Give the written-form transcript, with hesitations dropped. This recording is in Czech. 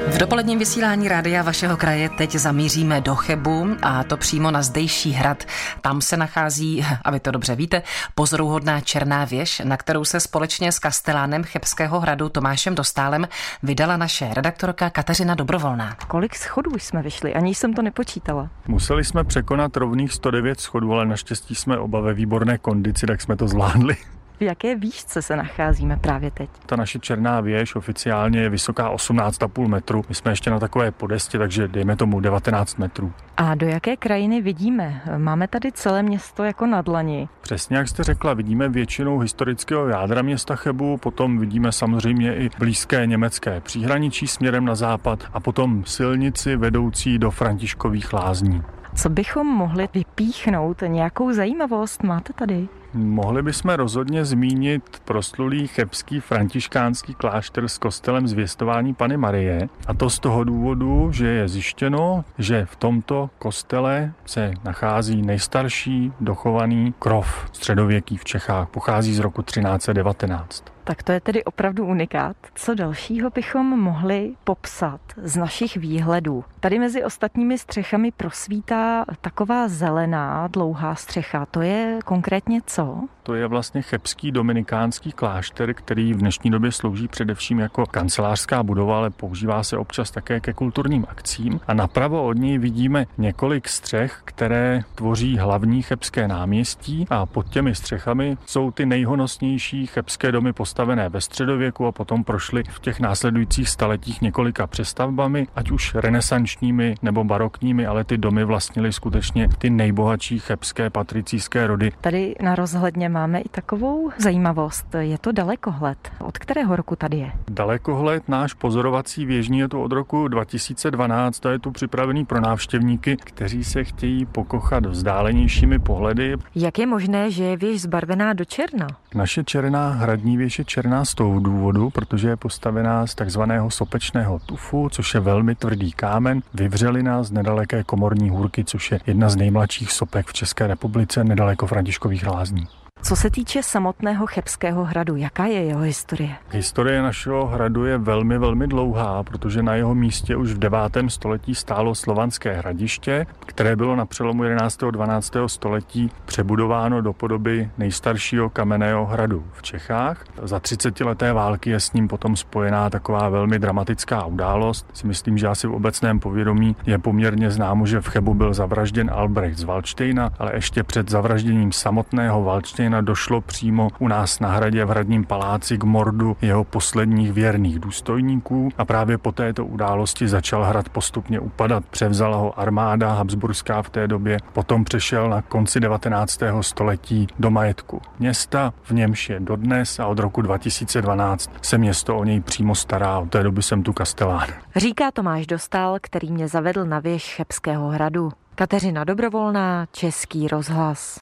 V dopoledním vysílání rádia vašeho kraje teď zamíříme do Chebu, a to přímo na zdejší hrad. Tam se nachází, a vy to dobře víte, pozoruhodná černá věž, na kterou se společně s kastelánem Chebského hradu Tomášem Dostálem vydala naše redaktorka Kateřina Dobrovolná. Kolik schodů jsme vyšli? Ani jsem to nepočítala. Museli jsme překonat rovných 109 schodů, ale naštěstí jsme oba ve výborné kondici, tak jsme to zvládli. V jaké výšce se nacházíme právě teď? Ta naše černá věž oficiálně je vysoká 18,5 metru. My jsme ještě na takové podestě, takže dejme tomu 19 metrů. A do jaké krajiny vidíme? Máme tady celé město jako na dlani. Přesně jak jste řekla, vidíme většinou historického jádra města Chebu, potom vidíme samozřejmě i blízké německé příhraničí směrem na západ a potom silnici vedoucí do Františkových lázní. Co bychom mohli vypíchnout? Nějakou zajímavost máte tady? Mohli bychom rozhodně zmínit proslulý chebský františkánský klášter s kostelem Zvěstování Panny Marie. A to z toho důvodu, že je zjištěno, že v tomto kostele se nachází nejstarší dochovaný krov středověký v Čechách. Pochází z roku 1319. Tak to je tedy opravdu unikát. Co dalšího bychom mohli popsat z našich výhledů? Tady mezi ostatními střechami prosvítá taková zelená, dlouhá střecha. To je konkrétně co? To je vlastně chebský dominikánský klášter, který v dnešní době slouží především jako kancelářská budova, ale používá se občas také ke kulturním akcím. A napravo od něj vidíme několik střech, které tvoří hlavní chebské náměstí, a pod těmi střechami jsou ty nejhonosnější chebské domy postavené ve středověku a potom prošly v těch následujících staletích několika přestavbami, ať už renesančními nebo barokními, ale ty domy vlastnily skutečně ty nejbohatší chebské patricijské rody. Tady na rozhledně máme i takovou zajímavost. Je to dalekohled. Od kterého roku tady je? Dalekohled náš pozorovací věžní je tu od roku 2012 a je tu připravený pro návštěvníky, kteří se chtějí pokochat vzdálenějšími pohledy. Jak je možné, že je věž zbarvená do černa? Naše černá hradní věž je černá z toho důvodu, protože je postavená z takzvaného sopečného tufu, což je velmi tvrdý kámen, vyvřelina z nedaleké Komorní hůrky, což je jedna z nejmladších sopek v České republice nedaleko Františkových lázní. Co se týče samotného Chebského hradu, jaká je jeho historie? Historie našeho hradu je velmi, velmi dlouhá, protože na jeho místě už v 9. století stálo slovanské hradiště, které bylo na přelomu 11. a 12. století přebudováno do podoby nejstaršího kamenného hradu v Čechách. Za 30leté války je s ním potom spojená taková velmi dramatická událost. Si myslím, že asi v obecném povědomí je poměrně známo, že v Chebu byl zavražděn Albrecht z Valdštejna, ale ještě před zavražděním samotného Valdštejna došlo přímo u nás na hradě v hradním paláci k mordu jeho posledních věrných důstojníků a právě po této události začal hrad postupně upadat. Převzala ho armáda habsburská v té době, potom přešel na konci 19. století do majetku města, v němž je dodnes, a od roku 2012 se město o něj přímo stará. Od té doby jsem tu kastelán. Říká Tomáš Dostál, který mě zavedl na věž Chebského hradu. Kateřina Dobrovolná, Český rozhlas.